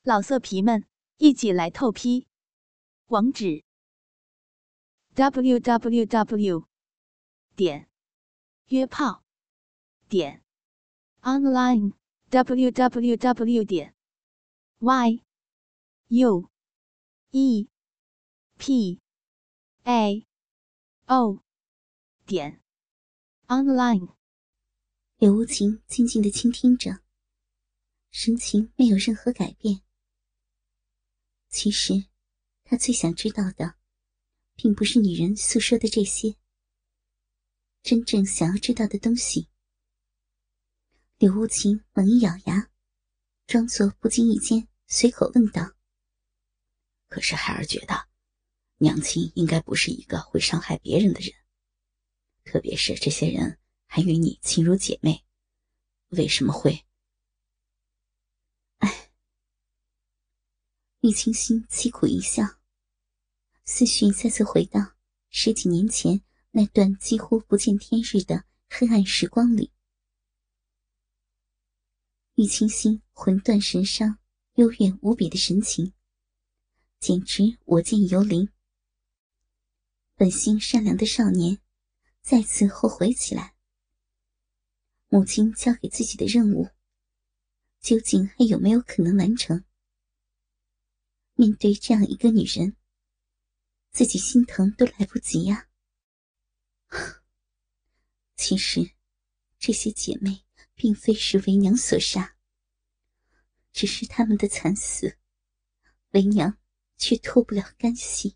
老色皮们，一起来透批！网址 www.约炮online www.yuepao online。 柳无情静静地倾听着，神情没有任何改变。其实他最想知道的并不是女人诉说的这些，真正想要知道的东西。柳无情猛一咬牙，装作不经意间随口问道： 可是孩儿觉得娘亲应该不是一个会伤害别人的人，特别是这些人还与你亲如姐妹，为什么会？ 玉清心凄苦一笑，思绪再次回到10几年前那段几乎不见天日的黑暗时光里。玉清心魂断神伤、幽怨无比的神情，简直我见犹怜。本性善良的少年再次后悔起来，母亲交给自己的任务，究竟还有没有可能完成？面对这样一个女人，自己心疼都来不及呀。其实这些姐妹并非是为娘所杀，只是她们的惨死，为娘却脱不了干系。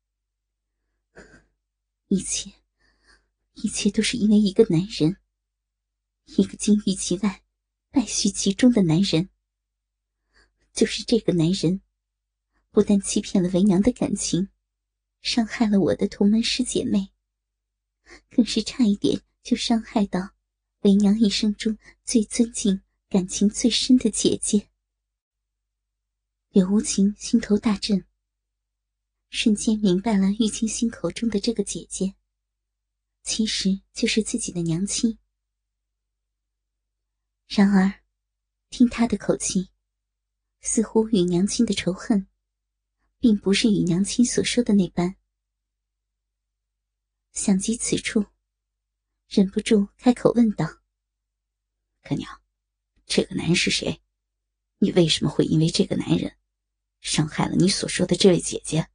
一切都是因为一个男人，一个金玉其外败絮其中的男人。就是这个男人，不但欺骗了为娘的感情，伤害了我的同门师姐妹，更是差一点就伤害到为娘一生中最尊敬、感情最深的姐姐。柳无情心头大震，瞬间明白了玉清心口中的这个姐姐，其实就是自己的娘亲。然而听她的口气，似乎与娘亲的仇恨并不是与娘亲所说的那般。想及此处，忍不住开口问道： 可娘，这个男人是谁？你为什么会因为这个男人伤害了你所说的这位姐姐？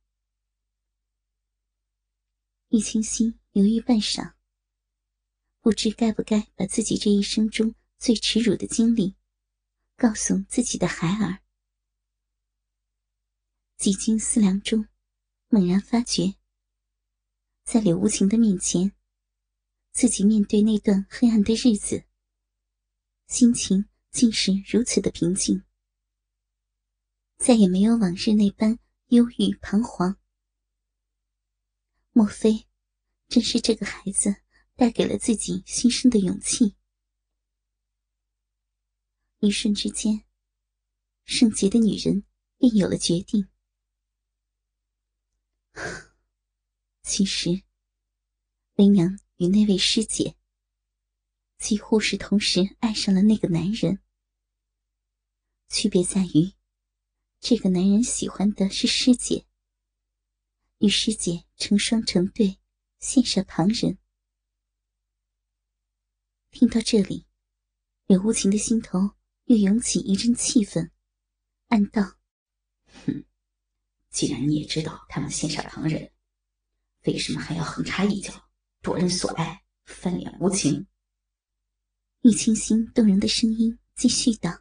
玉清心犹豫半晌，不知该不该把自己这一生中最耻辱的经历告诉自己的孩儿。几经思量中，猛然发觉，在柳无情的面前，自己面对那段黑暗的日子，心情竟是如此的平静，再也没有往日那般忧郁彷徨。莫非真是这个孩子带给了自己新生的勇气？一瞬之间，圣洁的女人便有了决定。其实为娘与那位师姐几乎是同时爱上了那个男人，区别在于这个男人喜欢的是师姐，与师姐成双成对，羡煞旁人。听到这里，柳无情的心头又涌起一阵气愤，暗道： 既然你也知道他们羡煞旁人，为什么还要横插一脚，夺人所爱，翻脸无情？ 玉清心动人的声音继续道：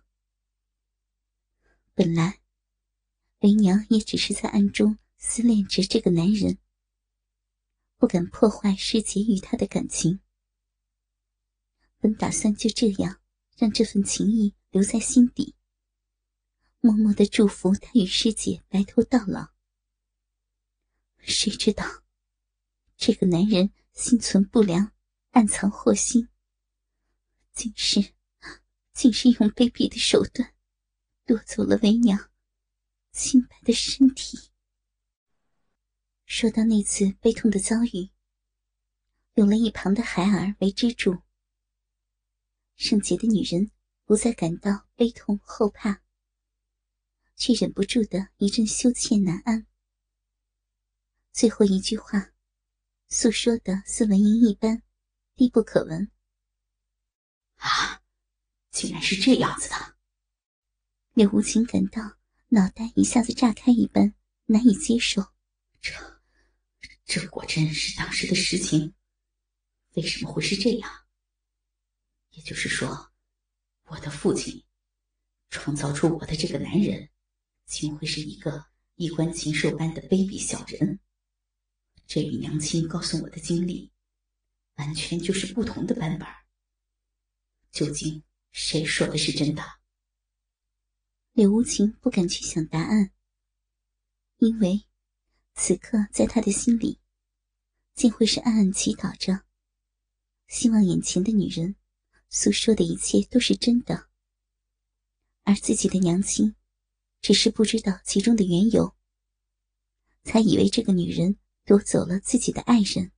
本来为娘也只是在暗中思恋着这个男人，不敢破坏师姐与他的感情，本打算就这样让这份情谊留在心底，默默地祝福他与师姐白头到老。谁知道这个男人心存不良，暗藏祸心，竟是用卑鄙的手段夺走了为娘清白的身体。说到那次悲痛的遭遇，有了一旁的孩儿为支柱，圣洁的女人不再感到悲痛后怕， 却忍不住的一阵羞怯难安。最后一句话诉说的似蚊蝇一般低不可闻。 啊，竟然是这样子的。 柳无情感到脑袋一下子炸开一般，难以接受。 这果真是当时的实情，为什么会是这样？也就是说，我的父亲创造出我的这个男人，竟会是一个衣冠禽兽般的卑鄙小人。这与娘亲告诉我的经历，完全就是不同的版本。究竟谁说的是真的？ 柳无情不敢去想答案，因为此刻在他的心里竟会是暗暗祈祷着，希望眼前的女人诉说的一切都是真的，而自己的娘亲只是不知道其中的缘由，才以为这个女人夺走了自己的爱人。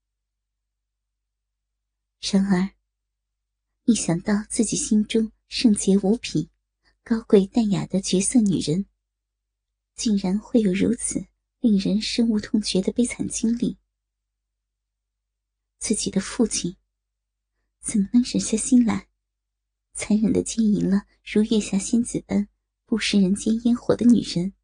然而一想到自己心中圣洁无匹、高贵淡雅的绝色女人，竟然会有如此令人深恶痛绝的悲惨经历，自己的父亲怎么能忍下心来，残忍地奸淫了如月下仙子般不食人间烟火的女人？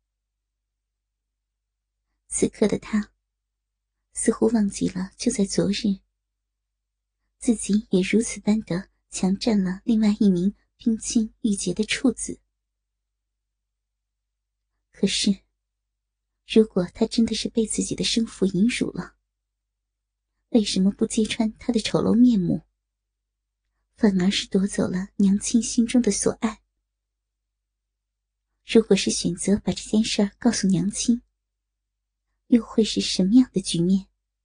此刻的他似乎忘记了，就在昨日，自己也如此般的强占了另外一名冰清玉洁的处子。可是如果他真的是被自己的生父淫辱了，为什么不揭穿他的丑陋面目，反而是夺走了娘亲心中的所爱？如果是选择把这件事儿告诉娘亲，又会是什么样的局面？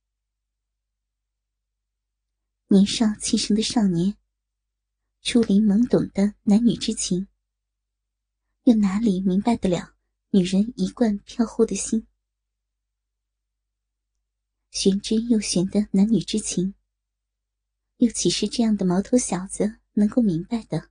年少气盛的少年，初临懵懂的男女之情，又哪里明白得了女人一贯飘忽的心？玄之又玄的男女之情，又岂是这样的毛头小子能够明白的？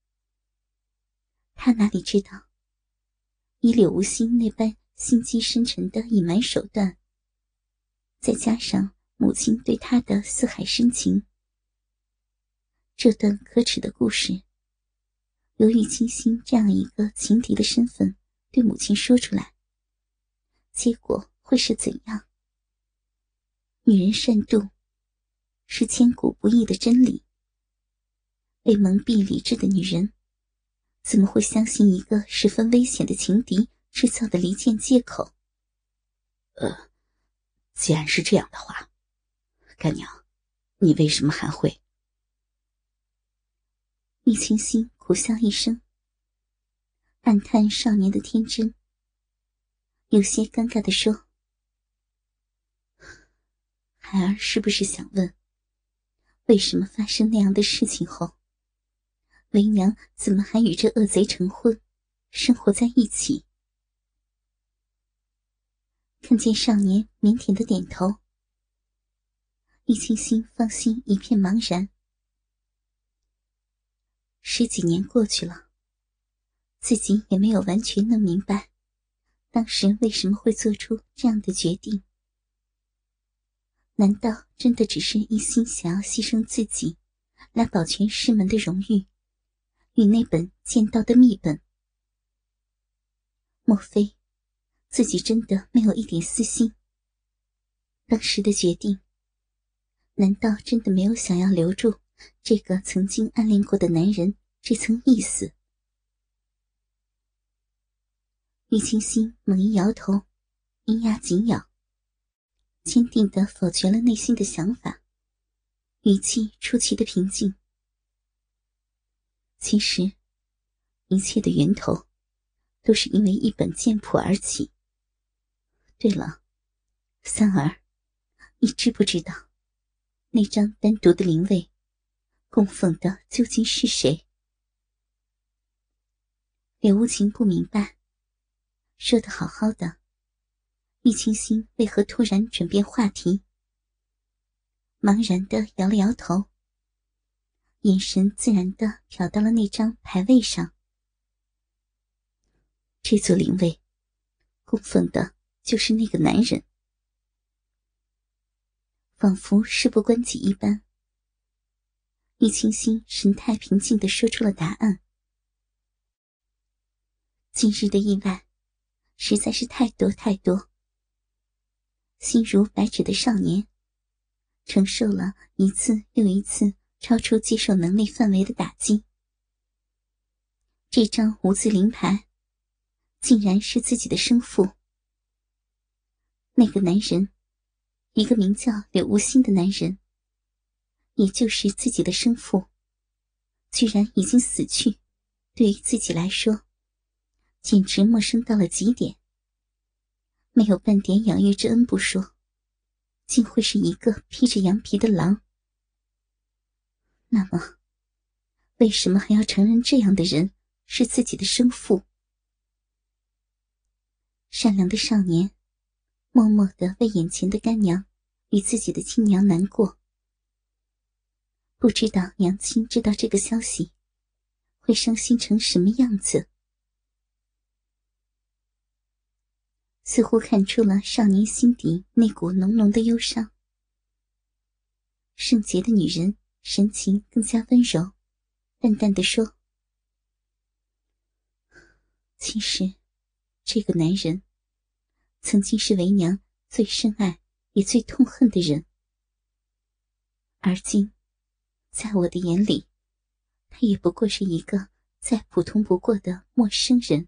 他哪里知道，以柳无心那般心机深沉的隐瞒手段，再加上母亲对他的似海深情，这段可耻的故事由玉清心这样一个情敌的身份对母亲说出来，结果会是怎样？女人善妒是千古不易的真理，被蒙蔽理智的女人怎么会相信一个十分危险的情敌制造的离间借口？ 既然是这样的话，干娘，你为什么还会？ 玉清心苦笑一声，暗叹少年的天真，有些尴尬地说：孩儿是不是想问，为什么发生那样的事情后，为娘怎么还与这恶贼成婚，生活在一起？看见少年腼腆的点头，玉清心芳心一片茫然。10几年过去了，自己也没有完全弄明白当时为什么会做出这样的决定。难道真的只是一心想要牺牲自己来保全师门的荣誉与那本剑道的秘本？莫非自己真的没有一点私心？当时的决定，难道真的没有想要留住这个曾经暗恋过的男人这层意思？玉清心猛一摇头，银牙紧咬，坚定地否决了内心的想法，语气出奇的平静。其实一切的源头都是因为一本剑谱而起。对了，三儿，你知不知道那张单独的灵位供奉的究竟是谁？柳无情不明白，说得好好的，玉清心为何突然转变话题？茫然地摇了摇头，眼神自然地瞟到了那张牌位上。 这座灵位供奉的就是那个男人。仿佛事不关己一般，易清心神态平静地说出了答案。今日的意外实在是太多太多，心如白纸的少年承受了一次又一次超出接受能力范围的打击。这张无字灵牌竟然是自己的生父。那个男人，一个名叫柳无心的男人，也就是自己的生父，居然已经死去，对于自己来说简直陌生到了极点。没有半点养育之恩不说，竟会是一个披着羊皮的狼。那么为什么还要承认这样的人是自己的生父？善良的少年默默地为眼前的干娘与自己的亲娘难过。不知道娘亲知道这个消息会伤心成什么样子。似乎看出了少年心底那股浓浓的忧伤。圣洁的女人神情更加温柔，淡淡地说：其实这个男人曾经是为娘最深爱也最痛恨的人，而今在我的眼里，他也不过是一个再普通不过的陌生人。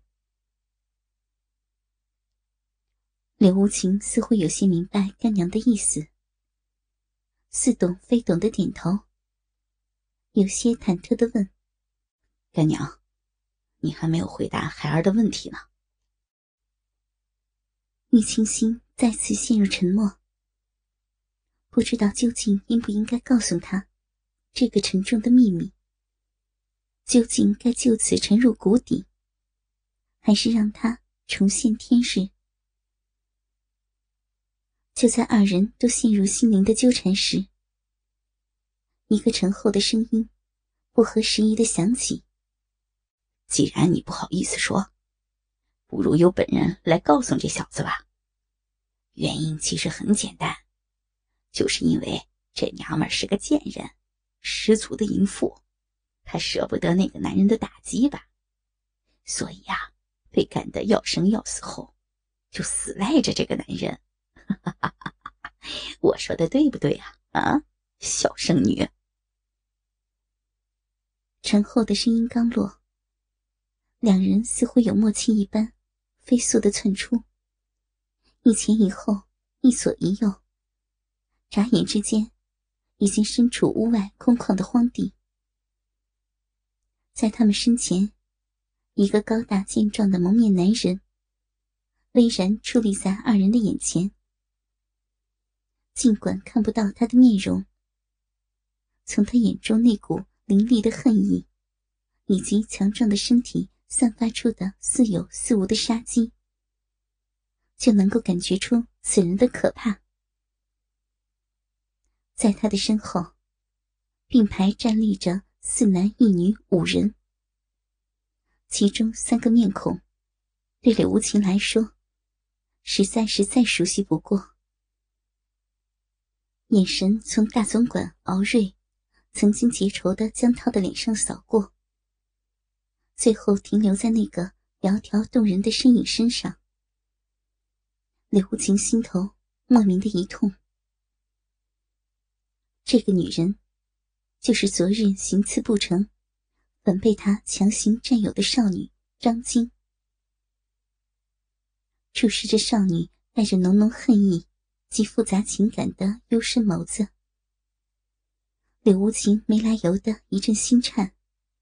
柳无情似乎有些明白干娘的意思，似懂非懂的点头，有些忐忑地问： 干娘，你还没有回答孩儿的问题呢。 玉清心再次陷入沉默，不知道究竟应不应该告诉他这个沉重的秘密，究竟该就此沉入谷底，还是让他重现天日。就在二人都陷入心灵的纠缠时，一个沉厚的声音不合时宜地响起： 既然你不好意思说，不如由本人来告诉这小子吧。原因其实很简单，就是因为这娘们是个贱人，十足的淫妇，她舍不得那个男人的打击吧，所以呀，被干得要生要死后，就死赖着这个男人。我说的对不对呀？啊，小圣女。 沉厚的声音刚落，两人似乎有默契一般，飞速地窜出，一前一后，一左一右，眨眼之间已经身处屋外空旷的荒地。在他们身前，一个高大健壮的蒙面男人巍然矗立在二人的眼前。尽管看不到他的面容，从他眼中那股凌厉的恨意以及强壮的身体散发出的似有似无的杀机，就能够感觉出此人的可怕。在他的身后并排站立着4男1女5人，其中3个面孔对柳无情来说实在是再熟悉不过。眼神从大总管敖瑞曾经结仇的江涛的脸上扫过，最后停留在那个窈窕动人的身影身上。柳无情心头莫名的一痛。这个女人就是昨日行刺不成反被他强行占有的少女张晶。注视着少女带着浓浓恨意及复杂情感的幽深眸子，柳无情没来由的一阵心颤。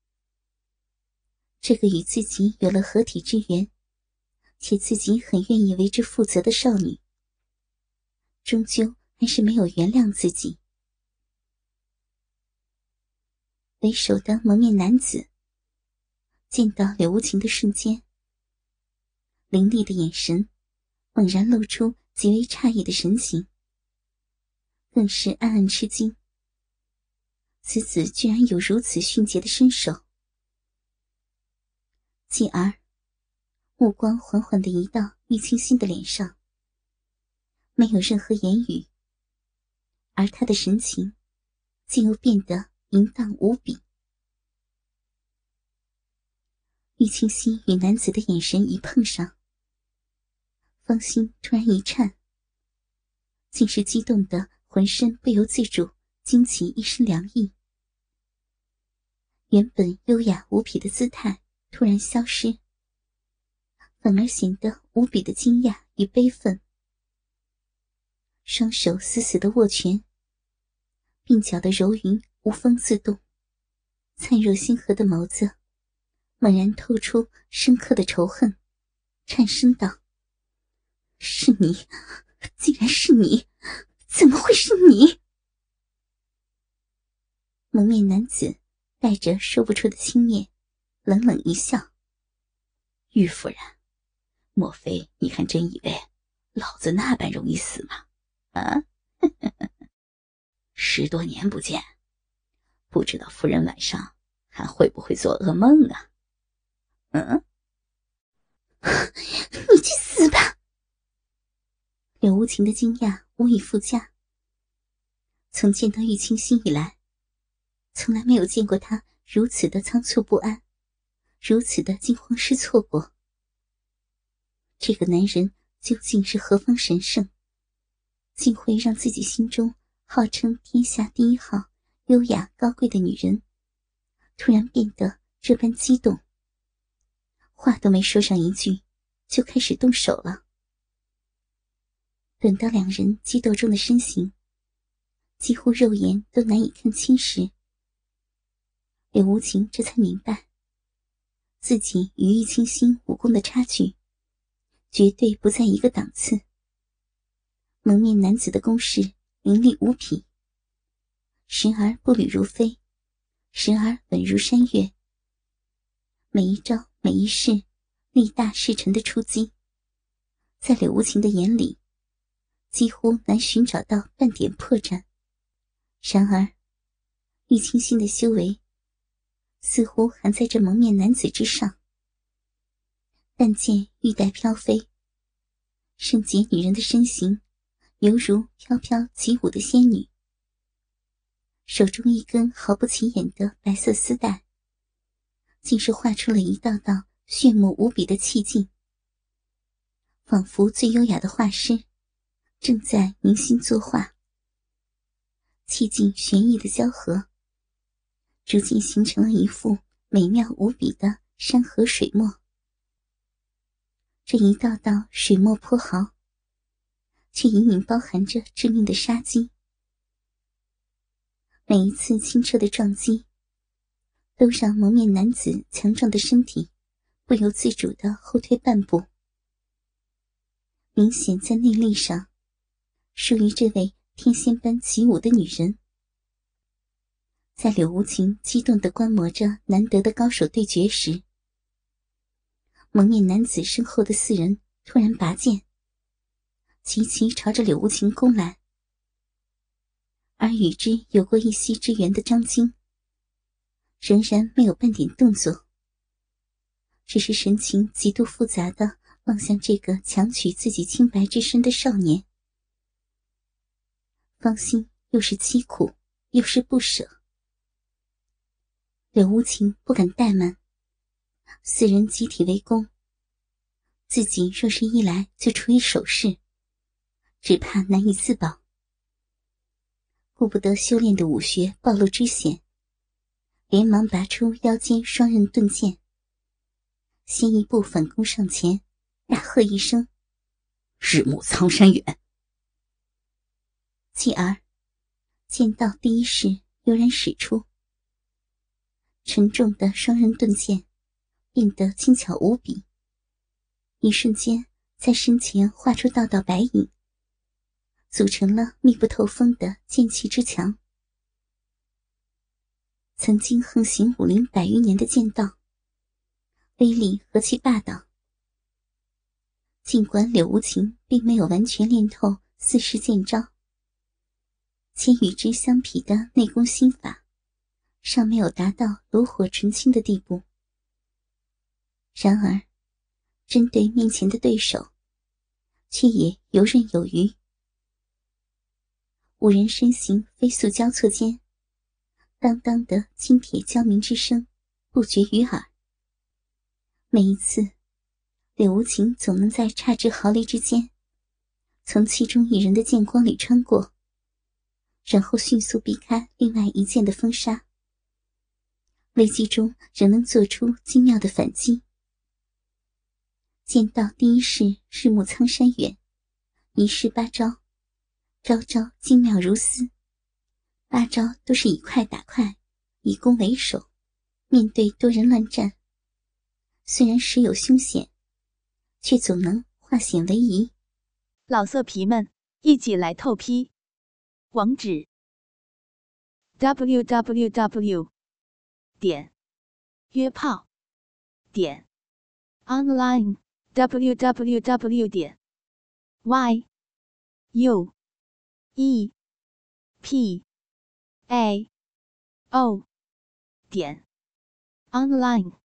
这个与自己有了合体之缘，且自己很愿意为之负责的少女，终究还是没有原谅自己。为首的蒙面男子见到柳无情的瞬间，凌厉的眼神猛然露出极为诧异的神情，更是暗暗吃惊，此子居然有如此迅捷的身手。继而目光缓缓地移到玉清心的脸上，没有任何言语，而他的神情竟又变得淫荡无比。玉清心与男子的眼神一碰上，芳心突然一颤，竟是激动得浑身不由自主惊起一身凉意。原本优雅无匹的姿态突然消失，反而显得无比的惊讶与悲愤。双手死死地握拳，鬓角的柔云无风自动，灿若星河的眸子猛然透出深刻的仇恨，颤声道：是你，竟然是你，怎么会是你？蒙面男子带着说不出的轻蔑，冷冷一笑： 玉夫人，莫非你还真以为老子那般容易死吗？啊，10多年不见，不知道夫人晚上还会不会做噩梦啊？ 你去死吧！柳无情的惊讶无以复加。从见到玉清心以来，从来没有见过他如此的仓促不安，如此的惊慌失措过。这个男人究竟是何方神圣，竟会让自己心中号称天下第一号优雅高贵的女人突然变得这般激动，话都没说上一句就开始动手了。等到两人激斗中的身形几乎肉眼都难以看清时，柳无情这才明白，自己与玉清心武功的差距绝对不在一个档次。蒙面男子的攻势凌厉无匹，时而步履如飞，时而稳如山岳，每一招每一式力大势沉的出击，在柳无情的眼里几乎难寻找到半点破绽。然而玉清心的修为似乎还在这蒙面男子之上，但见玉带飘飞，圣洁女人的身形犹如飘飘起舞的仙女，手中一根毫不起眼的白色丝带竟是画出了一道道炫目无比的气劲，仿佛最优雅的画师正在凝心作画。气劲玄异的交合逐渐形成了一幅美妙无比的山河水墨。这一道道水墨泼毫却隐隐包含着致命的杀机，每一次清澈的撞击都让蒙面男子强壮的身体不由自主地后退半步，明显在内力上属于这位天仙般起舞的女人。在柳无情激动地观摩着难得的高手对决时，蒙面男子身后的4人突然拔剑，齐齐朝着柳无情攻来。而与之有过一夕之缘的张晶仍然没有半点动作，只是神情极度复杂地望向这个强取自己清白之身的少年，芳心又是凄苦又是不舍。柳无情不敢怠慢，4人集体围攻，自己若是一来就处以手势，只怕难以自保。顾不得修炼的武学暴露之险，连忙拔出腰间双刃钝剑，先一步反攻上前，大喝一声： 日暮苍山远！ 继而剑道第一式悠然使出，沉重的双刃钝剑变得轻巧无比，一瞬间在身前画出道道白影，组成了密不透风的剑气之墙。曾经横行武林100余年的剑道，威力何其霸道。尽管柳无情并没有完全练透4式剑招，且与之相匹的内功心法尚没有达到炉火纯青的地步，然而针对面前的对手，却也游刃有余。五人身形飞速交错间，当当的金铁交鸣之声不绝于耳。每一次，柳无情总能在差之毫厘之间，从其中一人的剑光里穿过，然后迅速避开另外一剑的封杀。危机中仍能做出精妙的反击。剑道第一式日暮苍山远，一式八招，招招精妙如丝。八招都是以快打快，以攻为守，面对多人乱战，虽然时有凶险，却总能化险为夷。 老色皮们，一起来透批！网址 www.约炮.online www.yuepao.online